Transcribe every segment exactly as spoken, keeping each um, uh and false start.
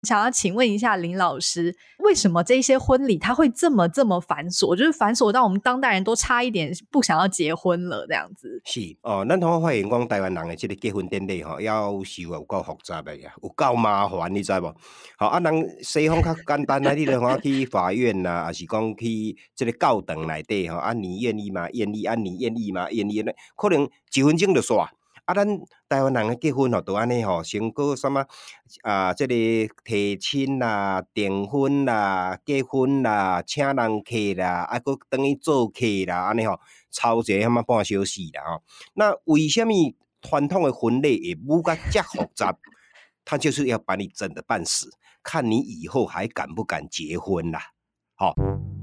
想要请问一下林老师，为什么这些婚礼它会这么这么繁琐，就是繁琐到我们当代人都差一点不想要结婚了这样子？ 是哦，咱通发现讲台湾人的这个结婚典礼吼，要是有够复杂的呀，有够麻烦，你知无？好啊，人西方较简单啊，你就看去法院啦，还是讲去这个教堂内底吼，啊，你愿意吗？愿意，啊，你愿意吗？愿意，可能几分钟就煞。啊，咱台湾人的结婚吼，都安尼吼，先过什么啊？这个提亲啦、订婚啦、结婚啦、请人客啦，啊，搁等于做客啦，安尼吼，超一个什么半小时啦吼。那为什么传统的婚礼也不甲这复杂？他就是要把你整得半死，看你以后还敢不敢结婚啦。好。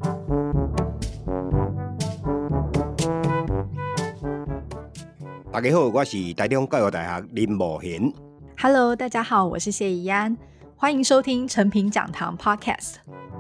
大家好，我是台中教育大学林茂贤。 Hello， 大家好，我是谢宜安，欢迎收听诚品讲堂 Podcast。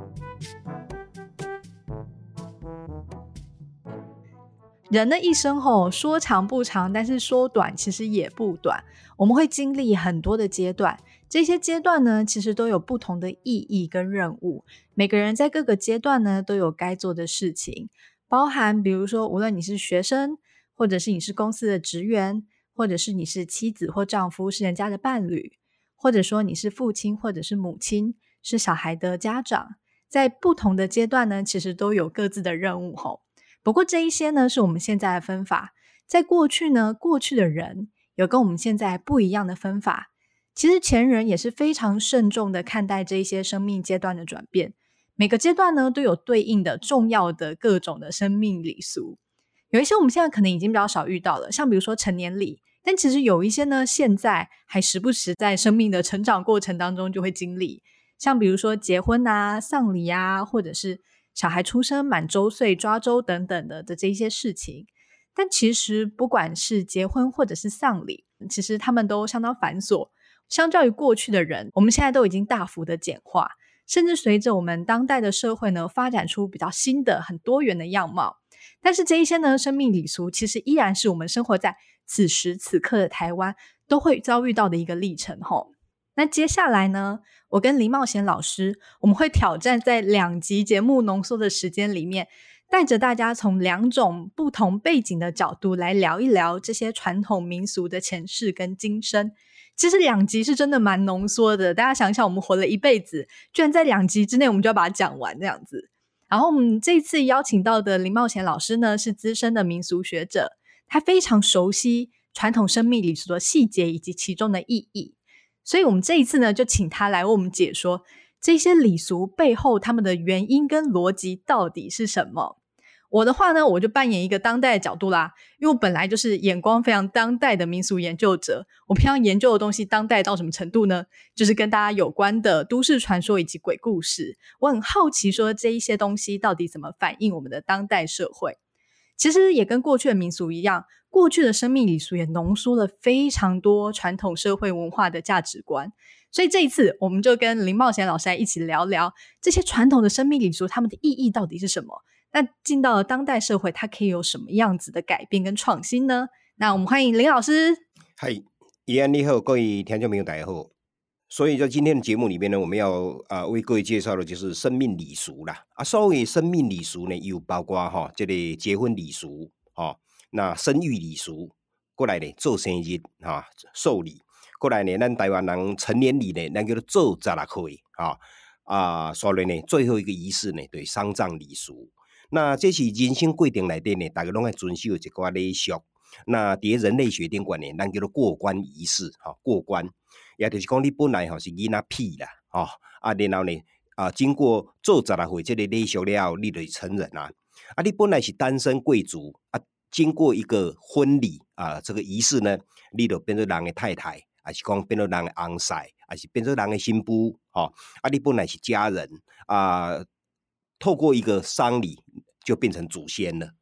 人的一生吼，说长不长，但是说短其实也不短。我们会经历很多的阶段，这些阶段呢，其实都有不同的意义跟任务。每个人在各个阶段呢，都有该做的事情，包含比如说，无论你是学生，或者是你是公司的职员，或者是你是妻子或丈夫，是人家的伴侣，或者说你是父亲或者是母亲，是小孩的家长，在不同的阶段呢，其实都有各自的任务吼。不过这一些呢，是我们现在的分法。在过去呢，过去的人有跟我们现在不一样的分法。其实前人也是非常慎重的看待这一些生命阶段的转变。每个阶段呢，都有对应的重要的各种的生命礼俗。有一些我们现在可能已经比较少遇到了，像比如说成年礼，但其实有一些呢，现在还时不时在生命的成长过程当中就会经历，像比如说结婚啊、丧礼啊，或者是小孩出生满周岁抓周等等的的这些事情。但其实不管是结婚或者是丧礼，其实他们都相当繁琐，相较于过去的人，我们现在都已经大幅的简化，甚至随着我们当代的社会呢，发展出比较新的很多元的样貌。但是这一些呢，生命礼俗其实依然是我们生活在此时此刻的台湾都会遭遇到的一个历程吼。那接下来呢，我跟林茂贤老师，我们会挑战在两集节目浓缩的时间里面，带着大家从两种不同背景的角度来聊一聊这些传统民俗的前世跟今生。其实两集是真的蛮浓缩的，大家想想我们活了一辈子，居然在两集之内我们就要把它讲完这样子。然后我们这次邀请到的林茂贤老师呢，是资深的民俗学者，他非常熟悉传统生命礼俗的细节以及其中的意义，所以我们这一次呢，就请他来为我们解说这些礼俗背后他们的原因跟逻辑到底是什么。我的话呢，我就扮演一个当代的角度啦，因为我本来就是眼光非常当代的民俗研究者。我平常研究的东西当代到什么程度呢？就是跟大家有关的都市传说以及鬼故事。我很好奇说这一些东西到底怎么反映我们的当代社会。其实也跟过去的民俗一样，过去的生命礼俗也浓缩了非常多传统社会文化的价值观。所以这一次我们就跟林茂贤老师来一起聊聊这些传统的生命礼俗他们的意义到底是什么，那进到了当代社会它可以有什么样子的改变跟创新呢？那我们欢迎林老师。 嗨，宜安你好，各位听众朋友大家好。所以在今天的节目里面呢，我们要呃为各位介绍的就是生命礼俗啦。啊，所谓生命礼俗呢，有包括哈、哦、这个结婚礼俗，哈、哦，那生育礼俗，过来呢做生日哈、哦、寿礼，过来呢咱台湾人成年礼呢，咱叫做做十六岁啊啊，所以呢最后一个仪式呢，对丧葬礼俗。那这是人生过程内底呢，大家拢要遵守一寡礼俗。那伫人类学顶管呢，咱叫做过关仪式，哈、哦，过关，也就是讲你本来吼是囡仔屁啦，吼、哦、啊，然后呢啊，经过做十六岁这个礼俗了后，你就成人啦。啊，你本来是单身贵族啊，经过一个婚礼啊，这个仪式呢，你就变做人的太太，还是讲变做人的翁婿，还是变做人的新妇，吼、哦、啊，你本来是家人啊。透过一个丧礼就变成祖先了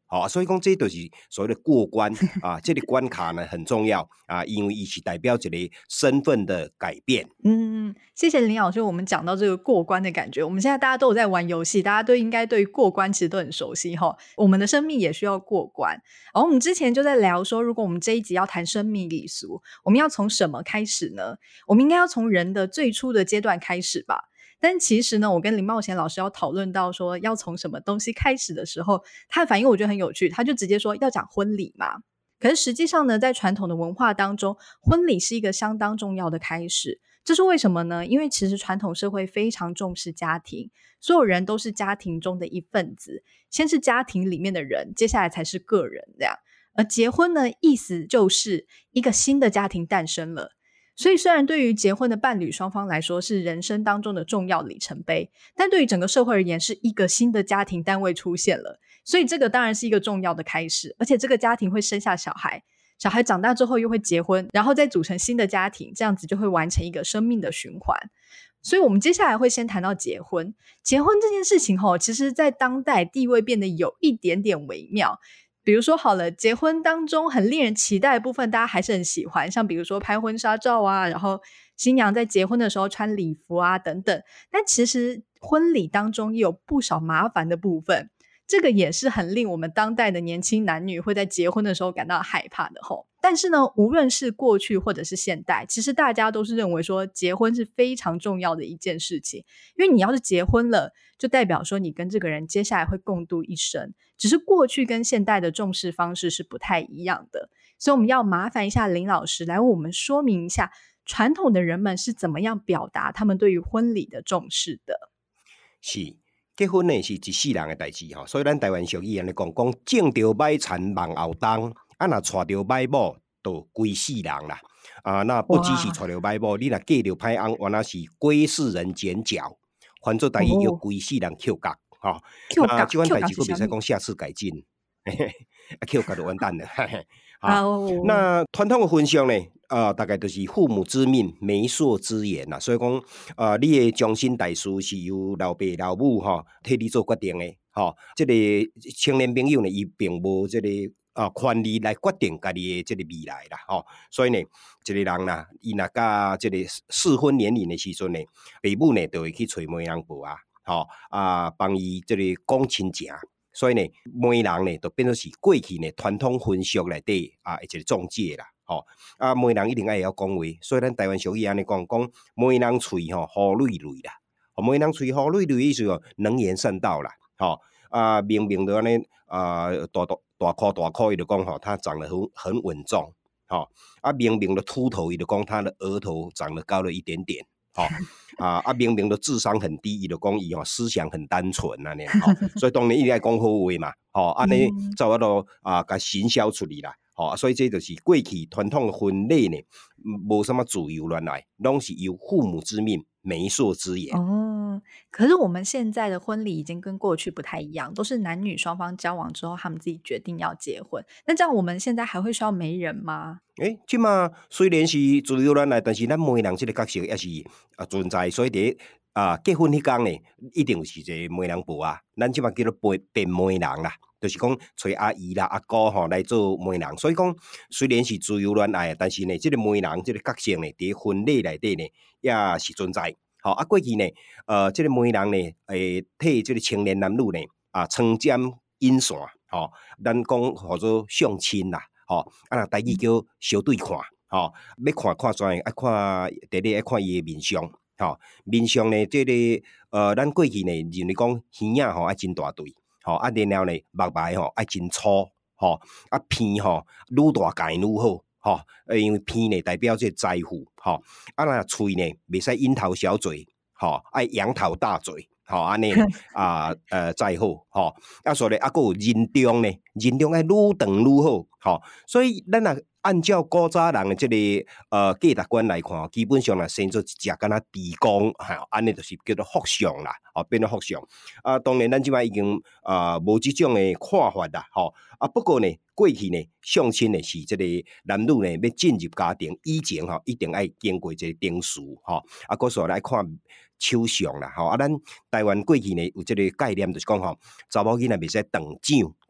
好、哦，所以讲这就是所谓的过关啊，这个关卡呢很重要啊，因为它是代表一个身份的改变。 嗯，谢谢林老师。我们讲到这个过关的感觉，我们现在大家都有在玩游戏，大家都应该对于过关其实都很熟悉齁。我们的生命也需要过关。然后我们之前就在聊说，如果我们这一集要谈生命礼俗，我们要从什么开始呢？我们应该要从人的最初的阶段开始吧。但其实呢，我跟林茂贤老师要讨论到说要从什么东西开始的时候，他的反应我觉得很有趣，他就直接说要讲婚礼嘛。可是实际上呢，在传统的文化当中，婚礼是一个相当重要的开始。这是为什么呢？因为其实传统社会非常重视家庭，所有人都是家庭中的一份子，先是家庭里面的人，接下来才是个人这样。而结婚呢，意思就是一个新的家庭诞生了。所以虽然对于结婚的伴侣双方来说是人生当中的重要里程碑，但对于整个社会而言是一个新的家庭单位出现了，所以这个当然是一个重要的开始，而且这个家庭会生下小孩，小孩长大之后又会结婚，然后再组成新的家庭，这样子就会完成一个生命的循环。所以我们接下来会先谈到结婚。结婚这件事情齁，其实在当代地位变得有一点点微妙。比如说好了，结婚当中很令人期待的部分大家还是很喜欢，像比如说拍婚纱照啊，然后新娘在结婚的时候穿礼服啊等等。但其实婚礼当中也有不少麻烦的部分，这个也是很令我们当代的年轻男女会在结婚的时候感到害怕的吼。但是呢，无论是过去或者是现代，其实大家都是认为说结婚是非常重要的一件事情，因为你要是结婚了，就代表说你跟这个人接下来会共度一生，只是过去跟现代的重视方式是不太一样的。所以我们要麻烦一下林老师来为我们说明一下传统的人们是怎么样表达他们对于婚礼的重视的。 是结婚呢是一世人的代志吼，所以咱台湾俗语安尼讲，讲种着歹田望后冬，啊若娶着歹某，就归世人啦。啊，那不只是娶着歹某，你若嫁着歹翁，原来是归世人剪脚，换做台语叫归世人扣角吼。那这款代志佫袂使讲下次改进，啊扣角就完蛋了。好，那传统的婚丧呢？呃，大概就是父母之命，媒妁之言啦。所以讲，呃，你的终身大事是由老爸老母哈、哦、替你做决定的。哈、哦，这个青年朋友呢，伊并无这个啊权利来决定家己的这个未来啦。哈、哦，所以呢，一个人啦，伊若甲这个适婚年龄的时阵呢，父母呢就会去找媒人婆啊，吼、哦、啊，帮伊这个讲亲情。所以呢，媒人呢，就变做是过去呢传统婚俗内底啊一个中介啦。吼、哦、啊，媒人一定爱会晓讲话，所以咱台湾俗语安尼讲，讲媒人喙吼好累累啦，吼媒人喙好累累意思哦，能言善道啦，吼、哦、啊，明明就安尼啊，大大大块大块，伊就讲吼，他长得很很稳重，吼、哦、啊，明明的秃头，伊就讲他的额头长得高了一点点。吼、哦、啊啊，明明的智商很低，伊就讲伊吼思想很单纯安尼，吼、哦，所以当然伊爱讲好话嘛，吼、哦，安尼走啊都啊，甲行销出去啦。哦，所以这就是过去传统的婚礼呢，无什么自由恋爱，拢是由父母之命，媒妁之言。 哦，可是我们现在的婚礼已经跟过去不太一样，都是男女双方交往之后，他们自己决定要结婚。那这样我们现在还会需要媒人吗？ 诶，即马虽然是自由恋爱，但是咱媒人这个角色也是啊存在，所以伫啊结婚迄天呢，一定是一个媒人婆啊，咱即马叫做变变媒人啦。就是讲找阿姨啦、阿哥吼来做媒人，所以讲虽然是自由恋爱，但是呢，这个媒人这个角色呢，伫婚礼内底呢也是存在。好、哦、啊，过去呢，呃，这个媒人呢，会替这个青年男女呢啊撑尖引线，吼、哦，咱讲叫做相亲啦，吼、哦，啊，若台语叫小对看，吼、哦，要看看怎样，爱看第一爱看伊的面相，吼、哦，面相呢，这个呃，咱过去呢，认为讲耳仔吼爱真大对。吼、哦、啊，然后呢，目白吼爱真粗，吼、哦、啊鼻吼愈大间愈好，吼、哦，因为鼻呢代表这财富，吼、哦、啊那喙呢袂使樱桃小嘴，吼、哦、爱杨桃大嘴，吼安尼啊呃再好，吼、哦、啊所以啊佫有人中呢，人中爱愈长愈好，吼、哦、所以咱若按照古早人的这个呃价值观来看，基本上啦生做一只敢若猪公，哈，安尼就是叫做福相啦，哦，变做福相。啊，当然咱即摆已经啊无即种的看法啦，吼、哦、啊。不过呢，过去呢相亲呢是这个男女呢要进入家庭以前吼、哦，一定爱经过这个定数，吼、哦、啊，佫说来看手相啦，吼、哦、啊。咱台湾过去呢有这个概念，就是讲吼，查某囡仔袂使长长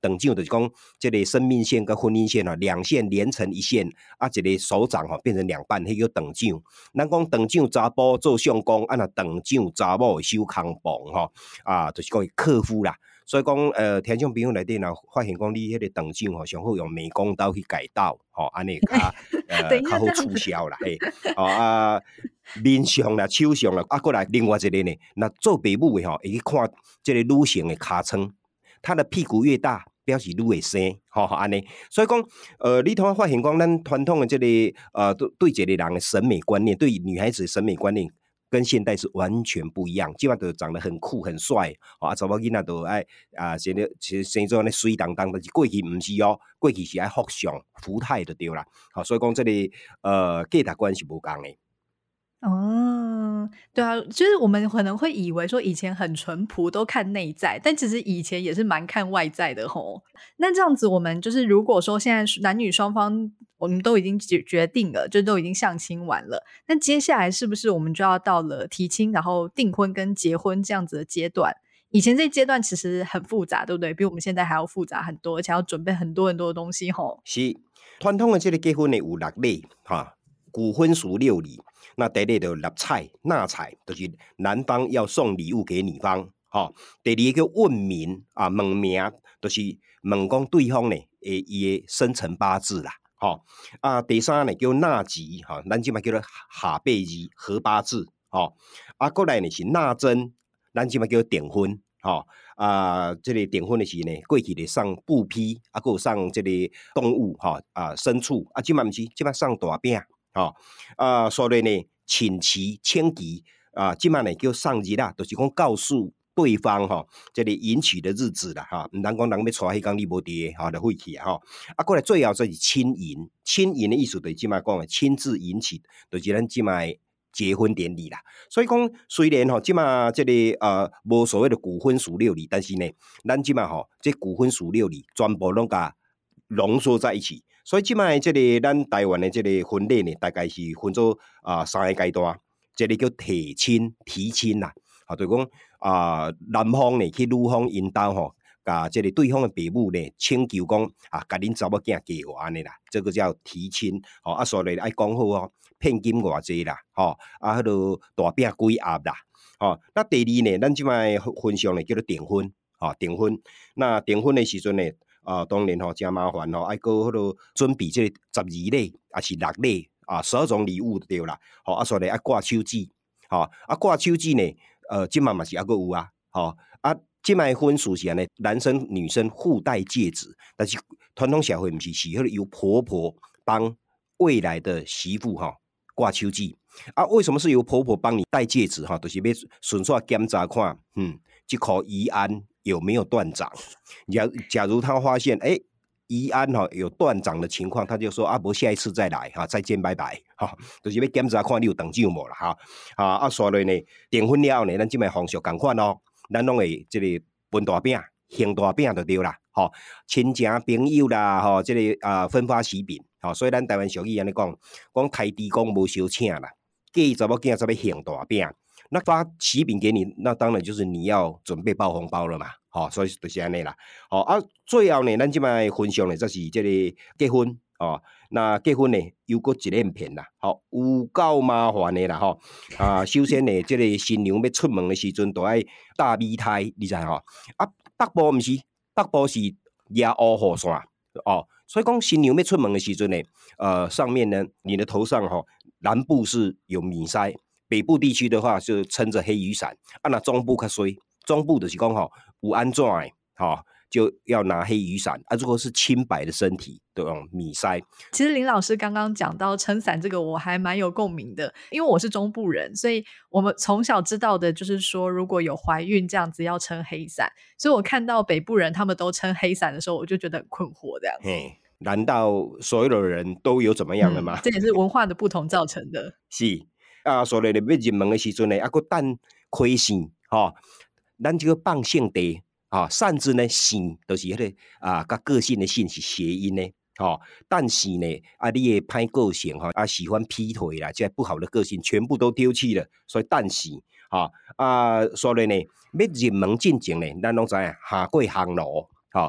长长就是讲这个生命线跟婚姻线哦，两线连成一线，啊，一个手掌吼变成两半，迄叫长长。咱讲长长查甫做相公，啊那长长查某收空房吼，啊，就是讲克夫啦。所以讲，呃，听众朋友内底若发现讲你迄个长长吼，上好用美工刀去改刀，吼，安尼较呃较好促销啦，嘿，哦啊，面上啦、手上啦，啊，过来另外一个呢，那做爸母的吼，会去看这个女性的尻川，她的屁股越大，表示愈会生，吼安尼。所以讲，呃，你通发现讲，咱传统的这个呃对对一个人的审美观念，对女孩子的审美观念。跟现代是完全不一样，基本上都长得很酷很帅，啊，查某囡仔都爱啊，生咧其实生做咧水当当，但是过去唔是哦，过去是爱服相福态就对啦，好，所以讲这里、个、呃价值观是无共的。 哦，对啊，就是我们可能会以为说以前很淳朴，都看内在，但其实以前也是蛮看外在的吼。那这样子，我们就是如果说现在男女双方我们都已经决决定了，就都已经相亲完了，那接下来是不是我们就要到了提亲，然后订婚跟结婚这样子的阶段？以前这阶段其实很复杂，对不对？比我们现在还要复杂很多，而且要准备很多很多的东西吼。 是传统的这个结婚呢有六礼哈，古婚俗六礼。那第一个就纳彩，纳彩就是男方要送礼物给女方，哈。第二个叫问名啊，问名就是问讲对方呢，诶，伊的生辰八字啦，哈。啊，第三呢叫纳吉，哈，咱即嘛叫做下八字合八字，哈。啊，过来呢是纳征，咱即嘛叫订婚，哈。啊，这个订婚的时呢，过去咧送布匹，啊，还有送这个动物，哈，啊，牲畜，啊，即嘛毋是，即嘛送大饼。哦，啊，所以呢，请期、签期啊，即摆呢叫送日啦，就是讲告诉对方吼、哦，这个迎娶的日子啦，哈，毋通讲人要娶迄工你无伫的，吼，就废去啊，吼。啊，过来最后就是亲迎，亲迎的意思就是即摆讲的亲自迎娶，就是咱即摆结婚典礼啦。所以讲，虽然吼即摆这个呃无所谓的古婚俗六礼，但是呢，咱即摆吼，这古婚俗六礼全部拢甲浓缩在一起。所以即摆即个咱台湾的即个婚礼呢，大概是分做啊、呃、三个阶段，一个叫提亲、提亲啦，啊，就讲啊男方呢去女方因兜吼，甲即个对方的爸母呢请求讲啊，甲恁查某囝嫁我安尼啦，这个叫提亲，吼啊，所以爱讲好哦，聘金偌济啦，吼啊，迄落大饼几盒啦，吼。那第二呢，咱即摆婚丧呢叫做订婚，吼订婚，那订婚的时阵呢。啊，当然吼、哦，真麻烦吼、哦，爱搁迄落准备这个十二礼，还是六礼啊，十二种礼物就对啦。吼、哦，啊，所以爱挂手指，吼、哦，啊挂手指呢，呃，即卖嘛是还搁有啊，吼、哦，啊，即卖婚俗是安尼，男生女生互戴戒指，但是传统社会毋是，是迄个由婆婆帮未来的媳妇吼、哦、挂手指。啊，为什么是由婆婆帮你戴戒指？哈，就是要顺续检查看，嗯，这颗胰安有没有断掌？假假如他发现，哎，胰安哈有断掌的情况，他就说啊，不，下一次再来哈，再见，拜拜，哈，就是要检查看你有长长无啦，哈，啊啊，所以呢，订婚了呢，咱这卖风俗同款咯，咱拢会这个分大饼、行大饼就对啦，吼，亲情朋友啦，吼，这个啊分发喜饼，吼，所以咱台湾俗语安尼讲，讲开猪公无烧请啦。介意查某囝才要行大饼，那发喜饼给你，那当然就是你要准备包红包了嘛，好、哦，所以就是安尼啦，好、哦、啊，最后呢，咱即摆婚丧呢，就是这个结婚哦，那结婚呢又搁一连片啦，好、哦，有够麻烦的啦，吼、哦、啊，首先呢，这个新娘要出门的时阵，都爱搭米胎，你知吼？啊，北部毋是，北部是压乌雨伞哦，所以讲新娘要出门的时阵呢，呃，上面呢，你的头上吼、哦。南部是有米筛，北部地区的话就撑着黑雨伞。啊，那中部较衰，中部就是讲吼有安怎的，吼就要拿黑雨伞。啊，如果是清白的身体，都用米筛。 其实林老师刚刚讲到撑伞这个，我还蛮有共鸣的，因为我是中部人，所以我们从小知道的就是说，如果有怀孕这样子要撑黑伞。所以我看到北部人他们都撑黑伞的时候，我就觉得很困惑这样子。 嘿，难道所有的人都有怎么样的吗？ 嗯、这也是文化的不同造成的。 是啊，所以你要入门的时阵呢，还佫等开线，吼，咱这个放线地啊，扇子呢线就是迄、那个啊，甲个性的性是谐音呢，吼，但是呢，啊，你的歹个性哈，啊，喜欢劈腿啦，这不好的个性全部都丢弃了，所以但是，哈啊，所以呢，要入门进前呢，咱拢知影下过行路，吼。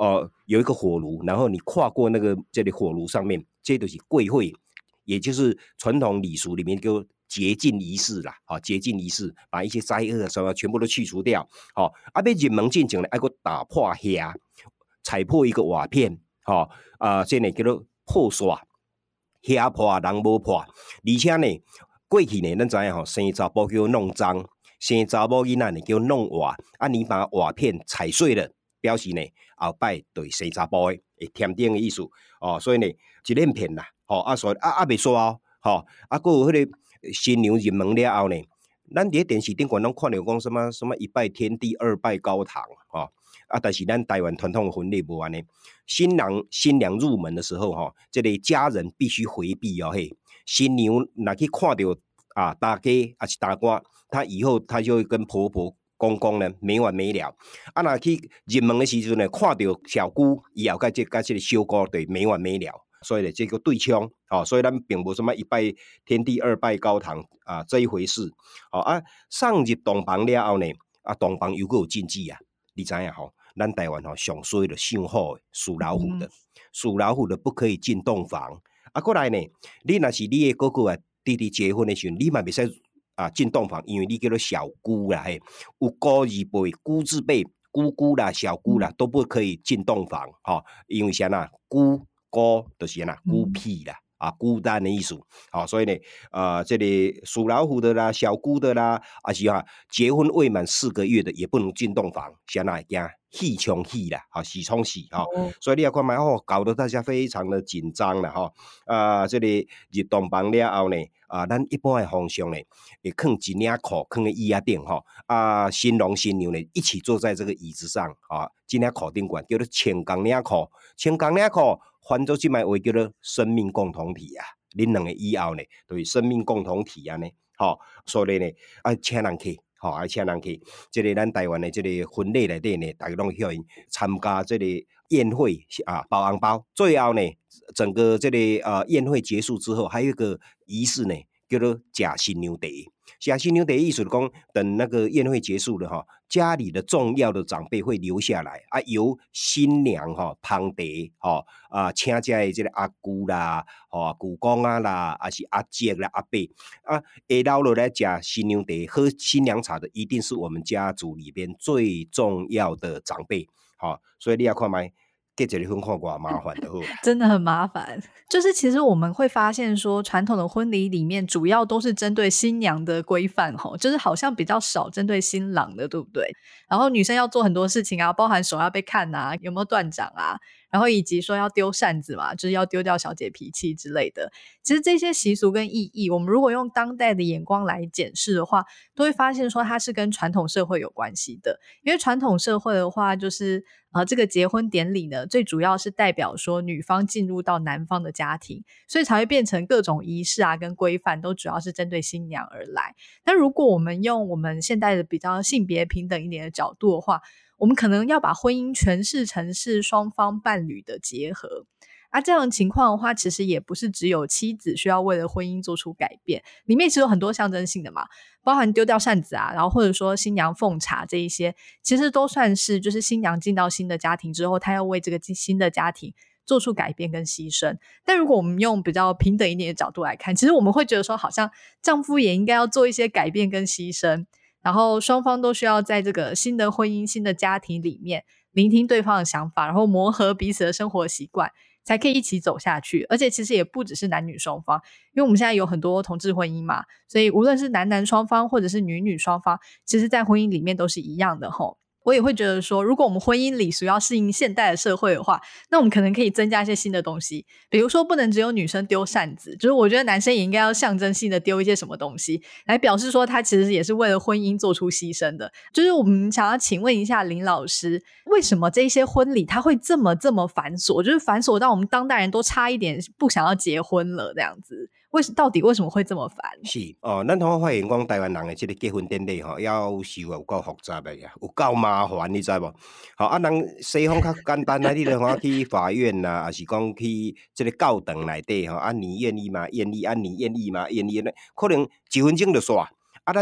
呃有一个火炉，然后你跨过那个这里火炉上面，这就是贵会，也就是传统礼俗里面就洁净仪式啦，好、哦，洁净仪式，把一些灾厄什么全部都去除掉，好、哦，啊，要入门进前呢，还个打破遐，踩破一个瓦片，好、哦，啊、呃，这呢叫做破刷，遐破人无破，而且呢，过去呢，咱知影吼，生查甫叫弄脏，生查某囡仔呢叫弄瓦，啊，你把瓦片踩碎了，表示呢后摆对生查甫的会添丁的意思，哦，所以呢，一连片啦，吼、哦，啊，所以啊啊未煞哦，吼、哦，啊，还有迄个新娘入门了后呢，咱伫电视顶管拢看到讲什么什么一拜天地，二拜高堂，吼、哦。啊，但是咱台湾传统的婚礼无安尼，新郎新娘入门的时候，吼，这个家人必须回避哦，嘿，新娘若去看到啊大家还是大官，她以后她就会跟婆婆公公呢没完没了。啊，若去入门的时阵呢，看到小姑，以后甲这甲这个小姑对没完没了。所以呢，这个对冲，哦，所以咱并无什么一拜天地，二拜高堂啊这一回事。哦啊，上入洞房了后呢，啊洞房又有禁忌啊，你知影吼？咱台湾吼上衰的姓好的属老虎的，属老虎的不可以进洞房。啊，过来呢，你若是你的哥哥啊弟弟结婚的时候，你嘛袂使啊进洞房，因为你叫做小姑啦，嘿，有姑字辈、姑字辈、姑姑啦、小姑啦都不可以进洞房，吼、哦，因为啥呐？姑姑就是啥呐？孤僻啦。啊，孤单的意思，好、哦，所以呢，呃，这里属老虎的啦、小姑的啦，啊是啊，结婚未满四个月的也不能进洞房，像那样戏冲戏啦，好喜冲喜啊，所以你要看嘛，哦，搞得大家非常的紧张了哈，啊、呃，这里入洞房了后呢，啊、呃，咱一般的风俗呢，会放一领裤，放在椅仔顶哈，啊，新郎新娘呢一起坐在这个椅子上啊，这领裤顶管叫做千钢领裤，千钢领裤。翻做即卖话叫做生命共同体啊！恁两个以后呢，就是生命共同体啊呢，吼、哦，所以呢，啊，请人去，吼、哦，啊，请人去，即、這個咱台灣的即個婚禮內底呢，大家攏曉因參加即個宴會啊，包紅包。最後呢，整個即、這個呃宴會結束之後，還有一個儀式呢，叫做食新娘茶。食新娘茶意思就講，等那個宴會結束了哈，家裡的重要的長輩會留下來啊，由新娘哈捧茶哈啊，請遮的這個阿姑啦、吼舅公啊啦，還是阿姐啦、阿伯啊，下樓落來食新娘茶、喝新娘茶的，一定是我們家族裡邊最重要的長輩，好，所以你要看麥。結一個婚看偌麻煩就好真的很麻煩。就是其實我們會發現說，傳統的婚禮裡面主要都是針對新娘的規範，就是好像比較少針對新郎的，對不對？然後女生要做很多事情啊，包含手要被看啊，有沒有斷掌啊，然後以及說要丟扇子嘛，就是要丟掉小姐脾氣之類的。其實這些習俗跟意義，我們如果用當代的眼光來檢視的話，都會發現說它是跟傳統社會有關係的。因為傳統社會的話，就是呃，這個結婚典禮呢，最主要是代表說女方進入到男方的家庭，所以才會變成各種儀式啊跟規範都主要是針對新娘而來。但如果我們用我們現代的比較性別平等一點的角度的話，我們可能要把婚姻詮釋成是雙方伴侶的結合。啊，這樣的情況的話，其實也不是只有妻子需要為了婚姻做出改變，裡面其實有很多象徵性的嘛，包含丟掉扇子啊，然後或者說新娘奉茶這一些，其實都算是就是新娘進到新的家庭之後，她要為這個新的家庭做出改變跟犧牲。但如果我們用比較平等一點的角度來看，其實我們會覺得說，好像丈夫也應該要做一些改變跟犧牲，然後雙方都需要在這個新的婚姻、新的家庭裡面聆聽對方的想法，然後磨合彼此的生活習慣，才可以一起走下去。而且其實也不只是男女雙方，因為我們現在有很多同志婚姻嘛，所以無論是男男雙方或者是女女雙方，其實在婚姻裡面都是一樣的吼。我也會覺得說，如果我們婚姻禮俗要適應現代的社會的話，那我們可能可以增加一些新的東西，比如說不能只有女生丟扇子，就是我覺得男生也應該要象徵性的丟一些什麼東西，來表示說他其實也是為了婚姻做出犧牲的。就是我們想要請問一下林老師，為什麼這些婚禮它會這麼這麼繁瑣，就是繁瑣到我們當代人都差一點不想要結婚了這樣子？為到底為什麼會這麼煩？ 是哦，咱通發現講台灣人的這個結婚典禮吼，要是有夠複雜的呀，有夠麻煩，你知無？好啊，人西方較簡單啊，你著看去法院啦，還是講去這個教堂內底吼，啊你願意嗎？願意，啊你願意嗎？願意，可能幾分鐘就煞。啊，咱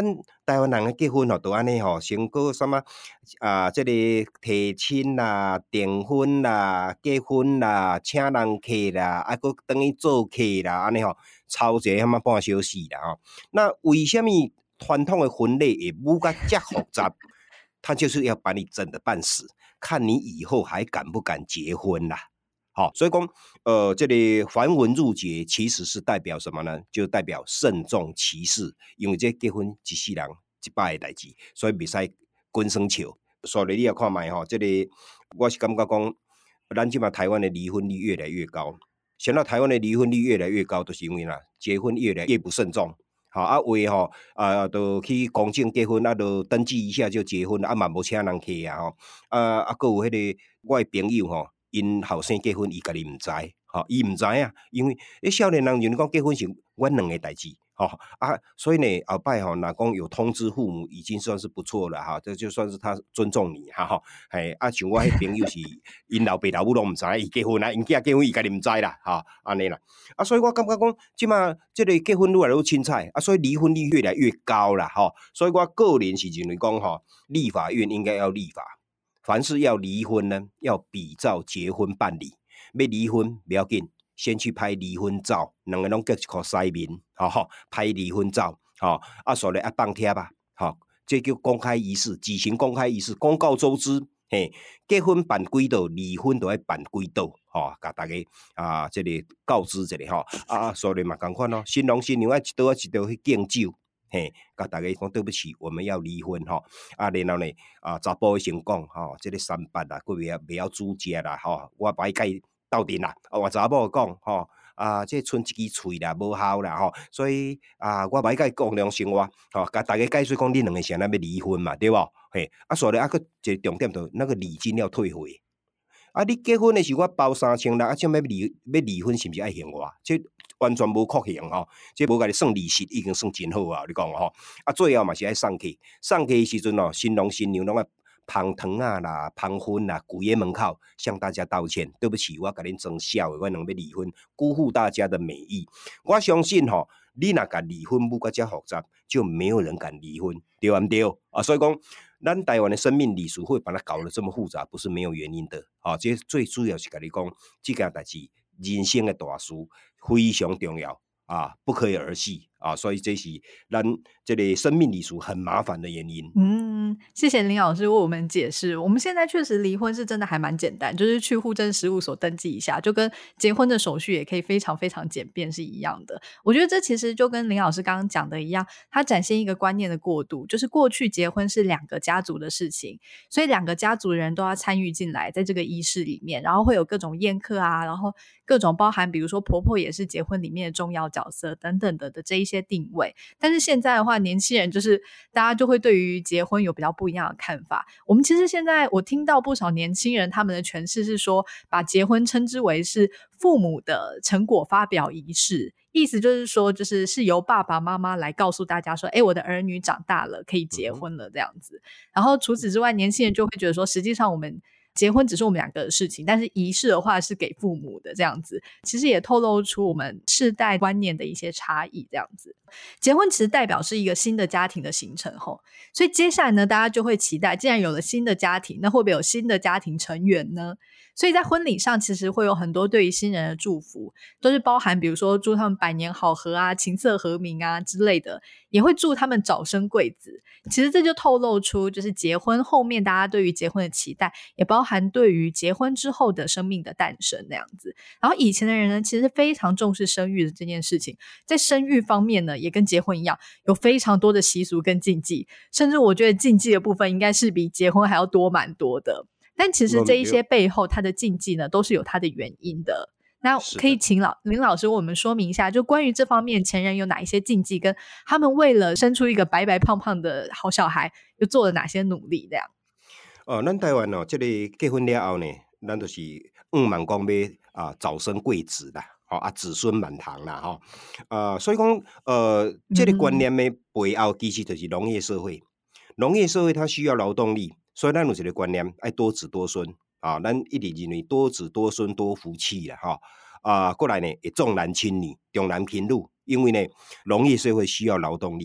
台湾人的结婚吼，都安尼吼，先过什么啊？这个提亲啦、订婚啦、结婚啦、请人客啦，啊，搁等于做客啦，安尼吼，超一个什么半小时啦吼。那为什么传统的婚礼也不甲遮复杂？他就是要把你整得半死，看你以后还敢不敢结婚啦。好，所以讲，呃，这里繁文缛节其实是代表什么呢？就代表慎重其事，因为这结婚一世人一摆的代志，所以袂使滚生笑。所以你要看卖吼，这里我是感觉讲，咱即马台湾的离婚率越来越高。现在台湾的离婚率越来越高，就是因为啦，结婚越来越不慎重。好啊，为吼啊，都去公证结婚啊，都登记一下就结婚啊，嘛无请人客啊吼啊啊，搁有迄、那个我的朋友吼。因后生结婚，伊家己毋知，吼，伊毋知影，因为诶少年人就是讲结婚是阮两个代志，吼啊，所以呢后摆吼，若讲有通知父母，已经算是不错了哈，这就算是他尊重你哈吼，嘿啊，像我迄朋友是因老爸老母拢毋知影伊结婚啊，因囝结婚伊家己毋知啦，哈，安尼啦，啊，所以我感觉讲，即马即个结婚愈来愈凊彩，啊，所以离婚率越来越高啦，吼，所以我个人是认为讲吼，立法院应该要立法。凡是要离婚呢，要比照结婚办理。要离婚不要紧，先去拍离婚照，两个拢各一块西面，好、哦、拍离婚照，好、哦、啊，所以啊放贴吧，好、哦，这叫公开仪式，举行公开仪式，公告周知。嘿，结婚办几道，离婚都要办几道，吼、哦，甲大家啊，这里告知这里吼，啊，所以嘛同款咯，新郎新娘爱一道一道去敬酒。嘿，甲大家讲对不起，我们要离婚吼。啊，然后呢，啊，查甫先讲吼，这个三八啦，佮袂袂晓煮食啦吼，我歹甲斗阵啦。啊，我查某讲吼，啊，这剩一支喙啦，无效啦吼，所以啊，我歹甲共良生活吼，甲大家解释讲，恁两个是安怎要离婚嘛，对无？嘿，啊，所以啊，佮一个重点就那个礼金要退回。啊，你结婚的时候我包三千啦，啊，怎要离要离婚是毋是爱还我？这完全无确定吼，这无甲你算利息已经算真好啊！你讲吼，啊，最后嘛是爱送客，送客的时阵哦，新郎新娘拢爱捧糖啊啦、捧薰啦，跪在门口向大家道歉，对不起，我甲恁装笑的，我两要离婚，辜负大家的美意。我相信吼，你若甲离婚不甲遮复杂，就没有人敢离婚，对毋对？啊，所以讲。咱台湾的生命礼俗会把它搞得这么复杂，不是没有原因的。啊，这最主要是跟你讲，这件代志人生的大事非常重要啊，不可以儿戏啊，所以这是咱这个生命礼俗很麻烦的原因。 嗯，谢谢林老师为我们解释。我们现在确实离婚是真的还蛮简单，就是去户政事务所登记一下，就跟结婚的手续也可以非常非常简便是一样的。我觉得这其实就跟林老师刚刚讲的一样，它展现一个观念的过渡，就是过去结婚是两个家族的事情，所以两个家族人都要参与进来在这个仪式里面，然后会有各种宴客啊，然后各种包含比如说婆婆也是结婚里面的重要角色等等的的这一些定位。但是现在的话，年轻人就是大家就会对于结婚有比较不一样的看法。我们其实现在我听到不少年轻人他们的诠释是说，把结婚称之为是父母的成果发表仪式，意思就是说就是是由爸爸妈妈来告诉大家说，诶，我的儿女长大了可以结婚了这样子。然后除此之外，年轻人就会觉得说，实际上我们结婚只是我们两个的事情，但是仪式的话是给父母的这样子，其实也透露出我们世代观念的一些差异这样子。结婚其实代表是一个新的家庭的形成吼，所以接下来呢，大家就会期待，既然有了新的家庭，那会不会有新的家庭成员呢？所以在婚礼上其实会有很多对于新人的祝福，都是包含比如说祝他们百年好合啊、琴瑟和鸣啊之类的，也会祝他们早生贵子。其实这就透露出就是结婚后面大家对于结婚的期待，也包含对于结婚之后的生命的诞生那样子。然后以前的人呢，其实非常重视生育的这件事情，在生育方面呢，也跟结婚一样，有非常多的习俗跟禁忌，甚至我觉得禁忌的部分应该是比结婚还要多蛮多的。但其实这一些背后它的禁忌呢，都是有它的原因的。那可以请老林老师为我们说明一下，就关于这方面前人有哪一些禁忌，跟他们为了生出一个白白胖胖的好小孩又做了哪些努力这样。 哦，咱台湾哦，这个结婚了后呢，咱就是五万讲要啊早生贵子啦，吼、哦、啊子孙满堂啦，吼、哦、啊，所以讲呃，这个观念的背后其实就是农业社会，农业社会它需要劳动力。所以咱有一个观念，爱多子多孙啊，咱一直认为多子多孙多福气啦，哈啊，过来呢，也重男轻女，重男轻女，因为呢，农业社会需要劳动力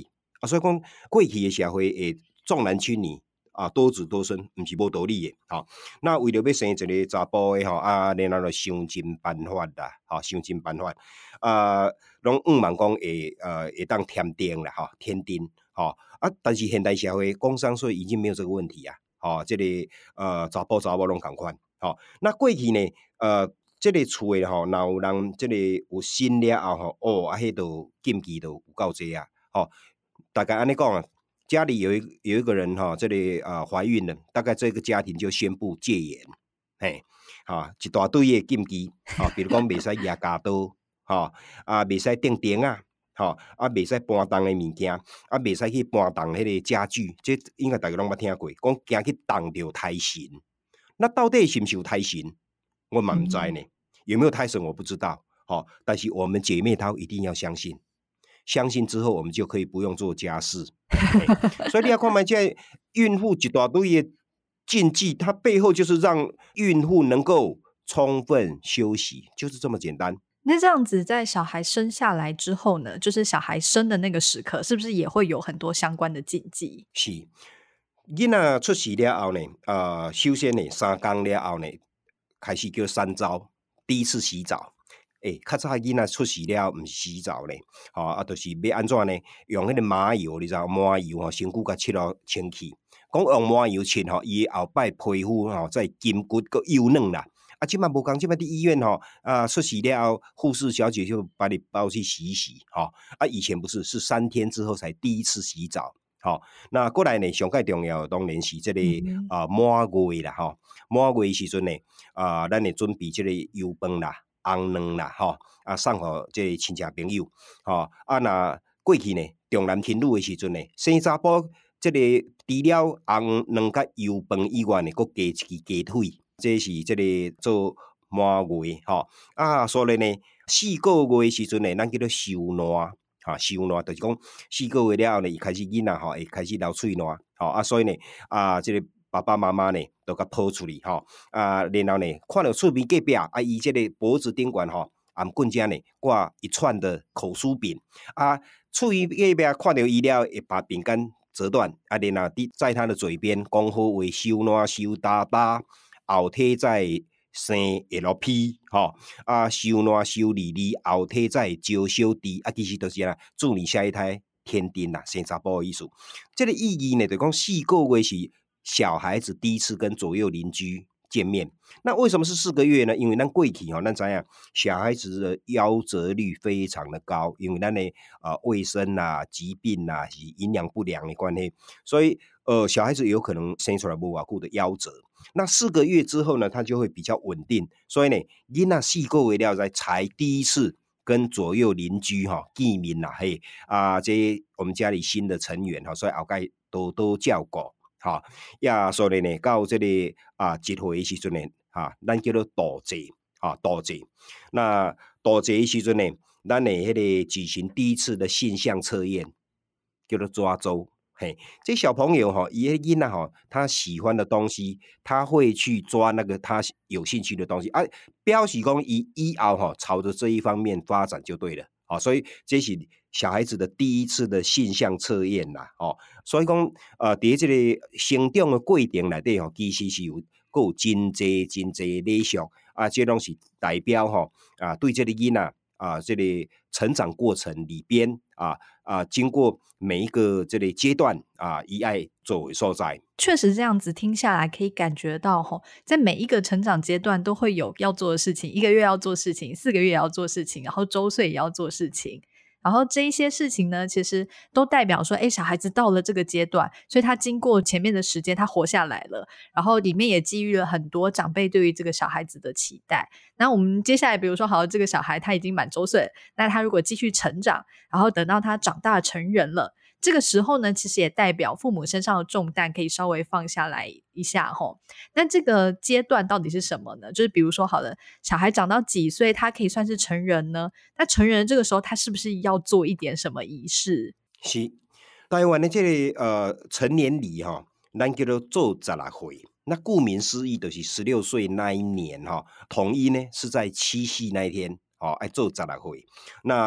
啊，所以讲过去的社会会重男轻女。啊，多子多孙，毋是无道理的，吼、哦。那为了要生一个查甫的吼，啊，然后就想尽办法啦，吼、哦，想尽办法，啊，拢毋望讲会呃会当添丁啦，吼、哦，添丁，吼、哦、啊。但是现代社会工商税已经没有这个问题啊，吼、哦，这个呃查甫查某拢共款，吼、哦。那过去呢，呃，这个厝的吼，若有人这个有新了后吼，哦，啊，迄度禁忌都有够济啊，吼、哦，大概安尼讲啊。家里有一有一个人哈，这里啊怀孕了，大概这个家庭就宣布戒严，嘿，啊一大堆的禁忌，啊，比如讲袂使举家刀，哈啊袂使钉钉啊，哈啊袂使搬动的物件，啊袂使去搬动迄个家具，这应该大家拢捌听过，讲惊去动到胎神，那到底是不是有胎神？我嘛唔知呢， 嗯有没有胎神我不知道，好，但是我们姐妹淘一定要相信。相信之后，我们就可以不用做家事。所以你要看嘛，现在孕妇一大堆的禁忌，它背后就是让孕妇能够充分休息，就是这么简单。 那这样子，在小孩生下来之后呢，就是小孩生的那个时刻，是不是也会有很多相关的禁忌？ 是，囡仔出世了后呢，呃，首先呢，三天了后呢，开始叫三朝，第一次洗澡。诶，较早囡仔出世了，毋是洗澡呢，吼、哦、啊，就是要安怎呢？用迄个麻油，你知道麻油吼，身躯甲拭落清气。讲用麻油拭吼，伊后摆皮肤吼，再筋骨佮幼嫩啦。啊，即摆无共，即摆伫医院吼，啊，出世了后，护士小姐就把你抱去洗一洗，吼、哦、啊，以前不是，是三天之后才第一次洗澡。好、哦，那过来呢，上介重要当然是这个嗯啊满月啦，吼、哦，满月时阵呢，啊，咱会准备这个油饭啦。红卵啦，吼啊，送互这个亲戚朋友，吼啊，那过去呢，重男轻女的时阵呢，生查甫，这个除了红卵甲油饭以外呢，佮加一支鸡腿，这是这个做满月，吼啊，所以呢，四个月的时阵呢，咱叫做收卵，哈，收卵就是讲四个月了后呢，伊开始囡仔吼会开始流喙卵，吼啊，所以呢，啊，这个。爸爸妈妈呢，都甲抱出去吼，啊，然后呢，看到厝边隔壁啊，伊这个脖子顶管吼，按棍架呢挂一串的口酥饼啊，厝边隔壁看到伊了，会把饼干折断啊，然后在他的嘴边讲好话，收烂收哒哒，后体再生 L P 吼，啊，收烂收利利，后体再招小弟啊，其实都是啦，祝你下一胎天丁啦，生查甫的意思。这个意义呢，就讲四个月是。小孩子第一次跟左右邻居见面，那为什么是四个月呢？因为咱过去吼，咱知影小孩子的夭折率非常的高，因为咱的呃卫生啊、疾病啊、是营养不良的关系，所以呃小孩子有可能生出来无偌久的夭折。那四个月之后呢，他就会比较稳定，所以呢，囡仔四个月了才第一次跟左右邻居哈见面啦，嘿啊，这我们家里新的成员哈，所以后盖多多照顾。哈，呀，所以呢，到这里啊，一岁的时阵呢，哈、啊，咱叫做渡祭，啊，渡祭。那渡祭的时阵呢，咱会迄个举行第一次的性向测验，叫做抓周。嘿，这小朋友哈，伊迄囡仔哈，他喜欢的东西，他会去抓那个他有兴趣的东西啊，表示讲伊以后哈，朝着这一方面发展就对了。好、哦，所以这是小孩子的第一次的性向测验啦，哦，所以讲，呃，伫这个成长的过程内底吼，其实是有够真济真济礼俗啊，这拢是代表吼啊，对这个囡仔啊，这个成长过程里边啊啊，经过每一个这个阶段啊，伊爱作为所在。 确实这样子听下来，可以感觉到吼，在每一个成长阶段都会有要做的事情，一个月要做事情，四个月也要做事情，然后周岁也要做事情。然后这一些事情呢，其实都代表说，诶，小孩子到了这个阶段，所以他经过前面的时间，他活下来了。然后里面也基于了很多长辈对于这个小孩子的期待。那我们接下来，比如说，好，这个小孩他已经满周岁，那他如果继续成长，然后等到他长大成人了。这个时候呢，其实也代表父母身上的重担可以稍微放下来一下吼。那这个阶段到底是什么呢？就是比如说好了，小孩长到几岁他可以算是成人呢？那成人这个时候他是不是要做一点什么仪式？ 是台湾的这个呃成年礼哈，咱叫做做十六岁。那顾名思义，就是十六岁那一年哈，统一呢是在七夕那一天哦，爱做十六岁。那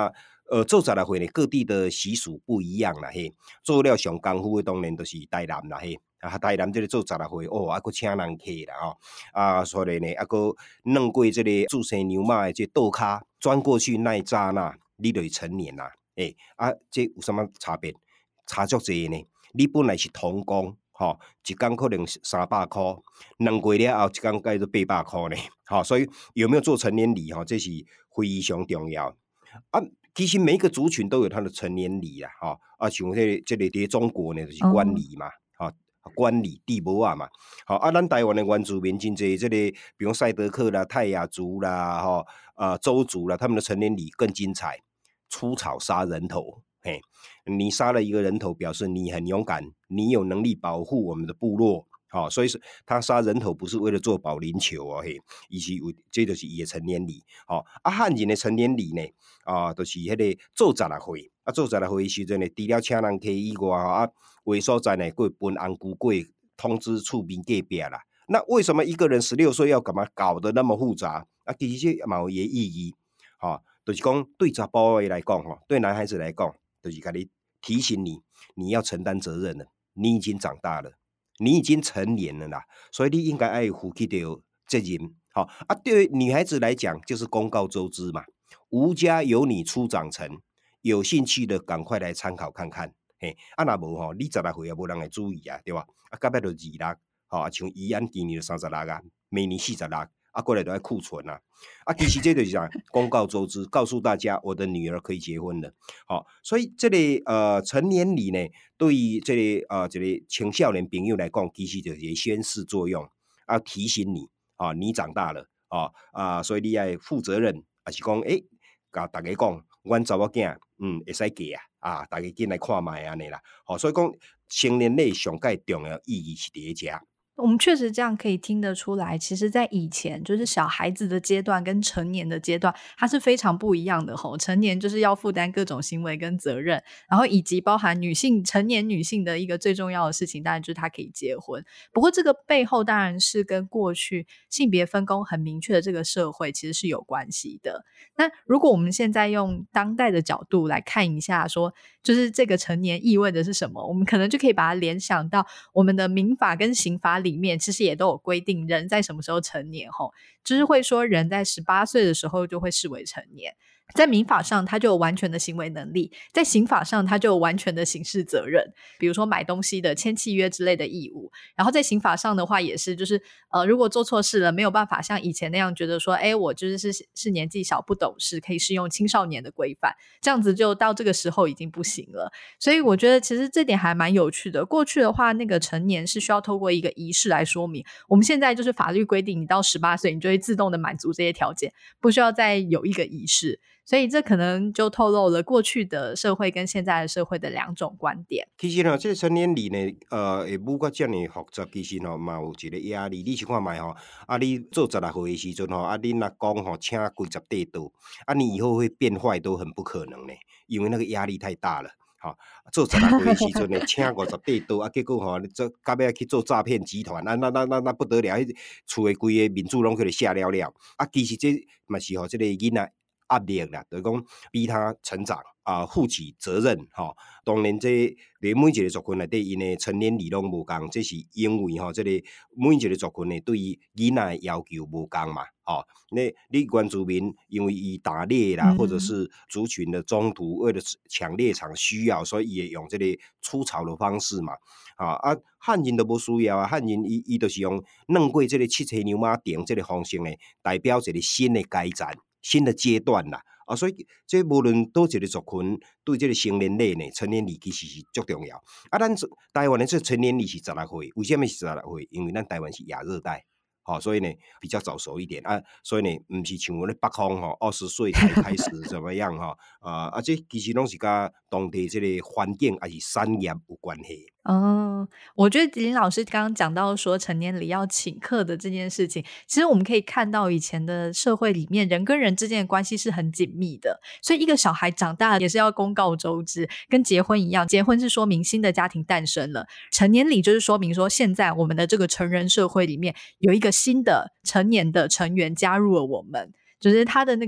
呃，做十六岁呢，各地的习俗不一样啦嘿。做了上功夫的当然就是台南啦嘿。啊，台南这个做十六岁哦，还佫请人客啦吼、哦。啊，所以呢，还佫弄过这个祝生牛马的这倒卡，转过去那一刹那，你就是成年啦。诶、欸，啊，这有什么差别？差足济呢。你本来是童工。吼、哦，一工可能三百块，两月了后一工改做八百块呢。好、哦，所以有没有做成年礼哈、哦，这是非常重要啊。其实每一个族群都有它的成年礼啦，哈、哦、啊，像这个、这个在中国呢就是观礼嘛，哈、哦，观礼地母啊嘛，好、哦、啊，咱台湾的原住民真济，这个比如赛德克啦、泰雅族啦、哈、哦、啊周族啦，他们的成年礼更精彩，出草杀人头。嘿，你杀了一个人头，表示你很勇敢，你有能力保护我们的部落。好、哦，所以是他杀人头不是为了做保龄球哦，嘿，伊是有这就是伊的成年礼。好、哦，啊汉人的成年礼呢，啊，就是迄个做十六岁，啊做十六岁的时阵呢，除了请人客以外，啊，有所在呢，过分红姑过通知厝边隔壁啦。那为什么一个人十六岁要干嘛搞得那么复杂？啊，其实这嘛有伊的意义。好、哦，就是讲对查甫的来讲，哈，对男孩子来讲。就是给你提醒你，你要承担责任了，你已经长大了，你已经成年了啦，所以你应该要负起到责任。好啊，对于女孩子来讲，就是公告周知嘛，吾家有你初长成，有兴趣的赶快来参考看看。嘿，啊那无吼，你十六岁也无人会注意啊，对吧？啊，到尾就二六，好啊，像宜安今年就三十六啊，明年四十六。啊，过来都要库存啊！啊，其实这就是讲公告周知，告诉大家我的女儿可以结婚了。好、哦，所以这里呃成年礼呢，对于这里呃这里青少年朋友来讲，其实就是宣示作用，啊提醒你啊，你长大了啊啊，所以你要负责任，还是讲诶，甲大家讲，阮查某囝嗯会使嫁啊，啊大家进来看卖安尼啦。好、哦，所以讲成年礼上介重要意义是伫遮。 我们确实这样可以听得出来，其实在以前就是小孩子的阶段跟成年的阶段它是非常不一样的吼。成年就是要负担各种行为跟责任，然后以及包含女性成年女性的一个最重要的事情当然就是她可以结婚。不过这个背后当然是跟过去性别分工很明确的这个社会其实是有关系的。那如果我们现在用当代的角度来看一下说就是这个成年意味的是什么，我们可能就可以把它联想到我们的民法跟刑法里面其实也都有规定人在什么时候成年吼，就是会说人在十八岁的时候就会视为成年，在民法上他就有完全的行为能力，在刑法上他就有完全的刑事责任，比如说买东西的签契约之类的义务。然后在刑法上的话也是就是呃，如果做错事了没有办法像以前那样觉得说诶我就是是是年纪小不懂事可以适用青少年的规范，这样子就到这个时候已经不行了。所以我觉得其实这点还蛮有趣的。过去的话那个成年是需要透过一个仪式来说明，我们现在就是法律规定你到十八岁你就会自动的满足这些条件，不需要再有一个仪式。所以这可能就透露了过去的社会跟现在的社会的两种观点。 其实呢，这个成年礼呢，呃，会舞到这么复杂，其实吼嘛有一个压力。你去看卖吼，啊，你做十六岁的时阵吼，啊，你若讲吼请几十块刀，啊，你以后会变坏都很不可能呢，因为那个压力太大了。好、哦，做十六岁的时阵呢，请五十块刀，啊，结果吼、哦，做到尾去做诈骗集团，啊，那那那那不得了，迄厝的规个民主拢去写了了。啊，其实这嘛是吼，这个囡仔压力啦，就是讲逼他成长啊，负起责任哈、哦。当然这每一个族群内底因的成年礼拢无共，这是因为吼、哦，这个每一个族群呢对于囡仔的要求无共嘛。哦，那你原住民因为伊打猎啦，嗯、或者是族群的中途为了抢猎场需要，所以也用这个出草的方式嘛。啊啊，汉人都无需要啊，汉人伊伊就是用弄过这个七彩牛马顶这个方式呢，代表一个新的改战。新的阶段啦，啊，所以这无论倒一个族群，对这个成年礼呢，成年礼其实是足重要。啊，咱台湾的这成年礼是十六岁，为什么是十六岁？因为咱台湾是亚热带，好、哦，所以呢比较早熟一点啊，所以呢，唔是像我们北方吼，二十岁才开始怎么样哈？啊啊，这其实拢是跟当地这个环境还是产业有关系。 嗯，我觉得林老师刚刚讲到说成年礼要请客的这件事情，其实我们可以看到以前的社会里面人跟人之间的关系是很紧密的，所以一个小孩长大了也是要公告周知，跟结婚一样，结婚是说明新的家庭诞生了，成年礼就是说明说现在我们的这个成人社会里面有一个新的成年的成员加入了我们，就是他的那个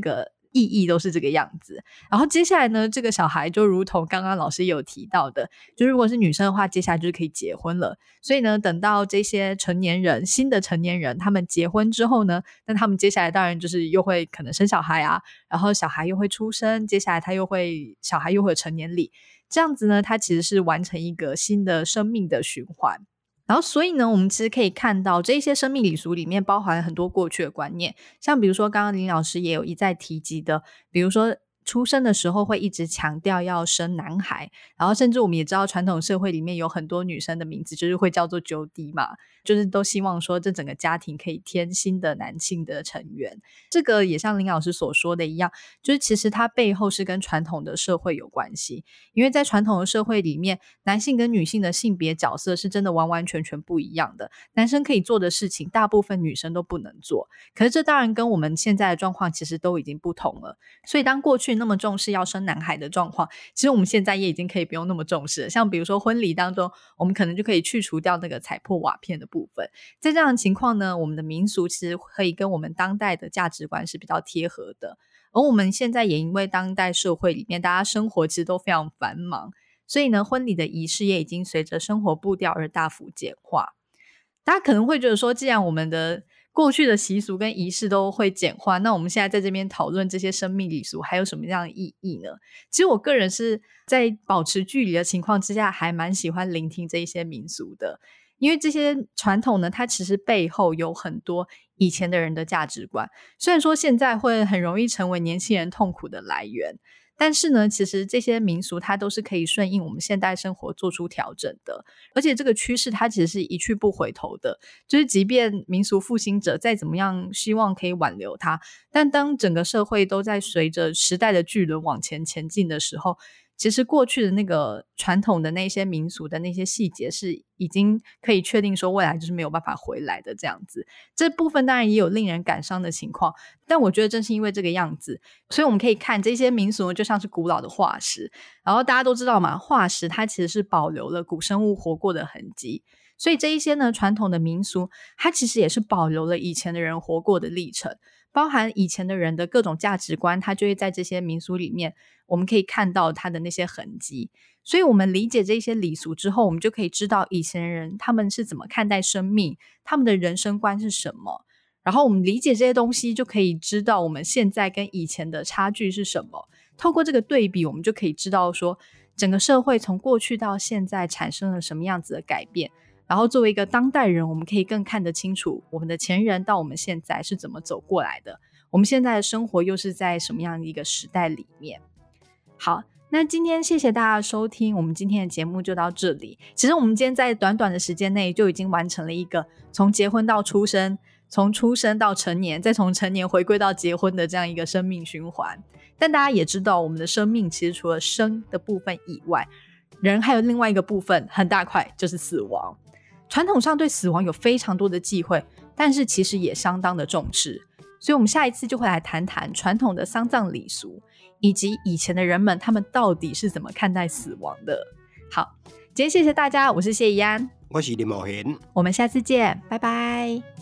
意义都是这个样子。然后接下来呢，这个小孩就如同刚刚老师也有提到的，就如果是女生的话，接下来就是可以结婚了。所以呢，等到这些成年人，新的成年人他们结婚之后呢，那他们接下来当然就是又会可能生小孩啊，然后小孩又会出生，接下来他又会小孩又会有成年礼，这样子呢，它其实是完成一个新的生命的循环。然后所以呢，我们其实可以看到这些生命礼俗里面包含很多过去的观念，像比如说刚刚林老师也有一再提及的，比如说出生的时候会一直强调要生男孩，然后甚至我们也知道传统社会里面有很多女生的名字就是会叫做九弟嘛，就是都希望说这整个家庭可以添新的男性的成员。这个也像林老师所说的一样，就是其实它背后是跟传统的社会有关系，因为在传统的社会里面，男性跟女性的性别角色是真的完完全全不一样的，男生可以做的事情大部分女生都不能做，可是这当然跟我们现在的状况其实都已经不同了。所以当过去那么重视要生男孩的状况，其实我们现在也已经可以不用那么重视了，像比如说婚礼当中，我们可能就可以去除掉那个踩破瓦片的部分。在这样的情况呢，我们的民俗其实可以跟我们当代的价值观是比较贴合的。而我们现在也因为当代社会里面大家生活其实都非常繁忙，所以呢，婚礼的仪式也已经随着生活步调而大幅简化。大家可能会觉得说，既然我们的过去的习俗跟仪式都会简化，那我们现在在这边讨论这些生命礼俗还有什么样的意义呢？其实我个人是在保持距离的情况之下，还蛮喜欢聆听这一些民俗的，因为这些传统呢，它其实背后有很多以前的人的价值观，虽然说现在会很容易成为年轻人痛苦的来源，但是呢，其实这些民俗它都是可以顺应我们现代生活做出调整的，而且这个趋势它其实是一去不回头的，就是即便民俗复兴者再怎么样希望可以挽留它，但当整个社会都在随着时代的巨轮往前前进的时候，其实过去的那个传统的那些民俗的那些细节是已经可以确定说未来就是没有办法回来的这样子。这部分当然也有令人感伤的情况，但我觉得正是因为这个样子，所以我们可以看这些民俗就像是古老的化石，然后大家都知道嘛，化石它其实是保留了古生物活过的痕迹，所以这一些呢传统的民俗它其实也是保留了以前的人活过的历程，包含以前的人的各种价值观，它就会在这些民俗里面我们可以看到它的那些痕迹。所以我们理解这些礼俗之后，我们就可以知道以前人他们是怎么看待生命，他们的人生观是什么，然后我们理解这些东西就可以知道我们现在跟以前的差距是什么。透过这个对比，我们就可以知道说整个社会从过去到现在产生了什么样子的改变，然后作为一个当代人，我们可以更看得清楚我们的前人到我们现在是怎么走过来的，我们现在的生活又是在什么样的一个时代里面。好，那今天谢谢大家的收听，我们今天的节目就到这里。其实我们今天在短短的时间内就已经完成了一个从结婚到出生，从出生到成年，再从成年回归到结婚的这样一个生命循环。但大家也知道，我们的生命其实除了生的部分以外，人还有另外一个部分，很大块就是死亡。传统上对死亡有非常多的忌讳，但是其实也相当的重视。所以我们下一次就会来谈谈传统的丧葬礼俗，以及以前的人们他们到底是怎么看待死亡的。好，今天谢谢大家，我是谢怡安， 我是林茂贤， 我们下次见，拜拜。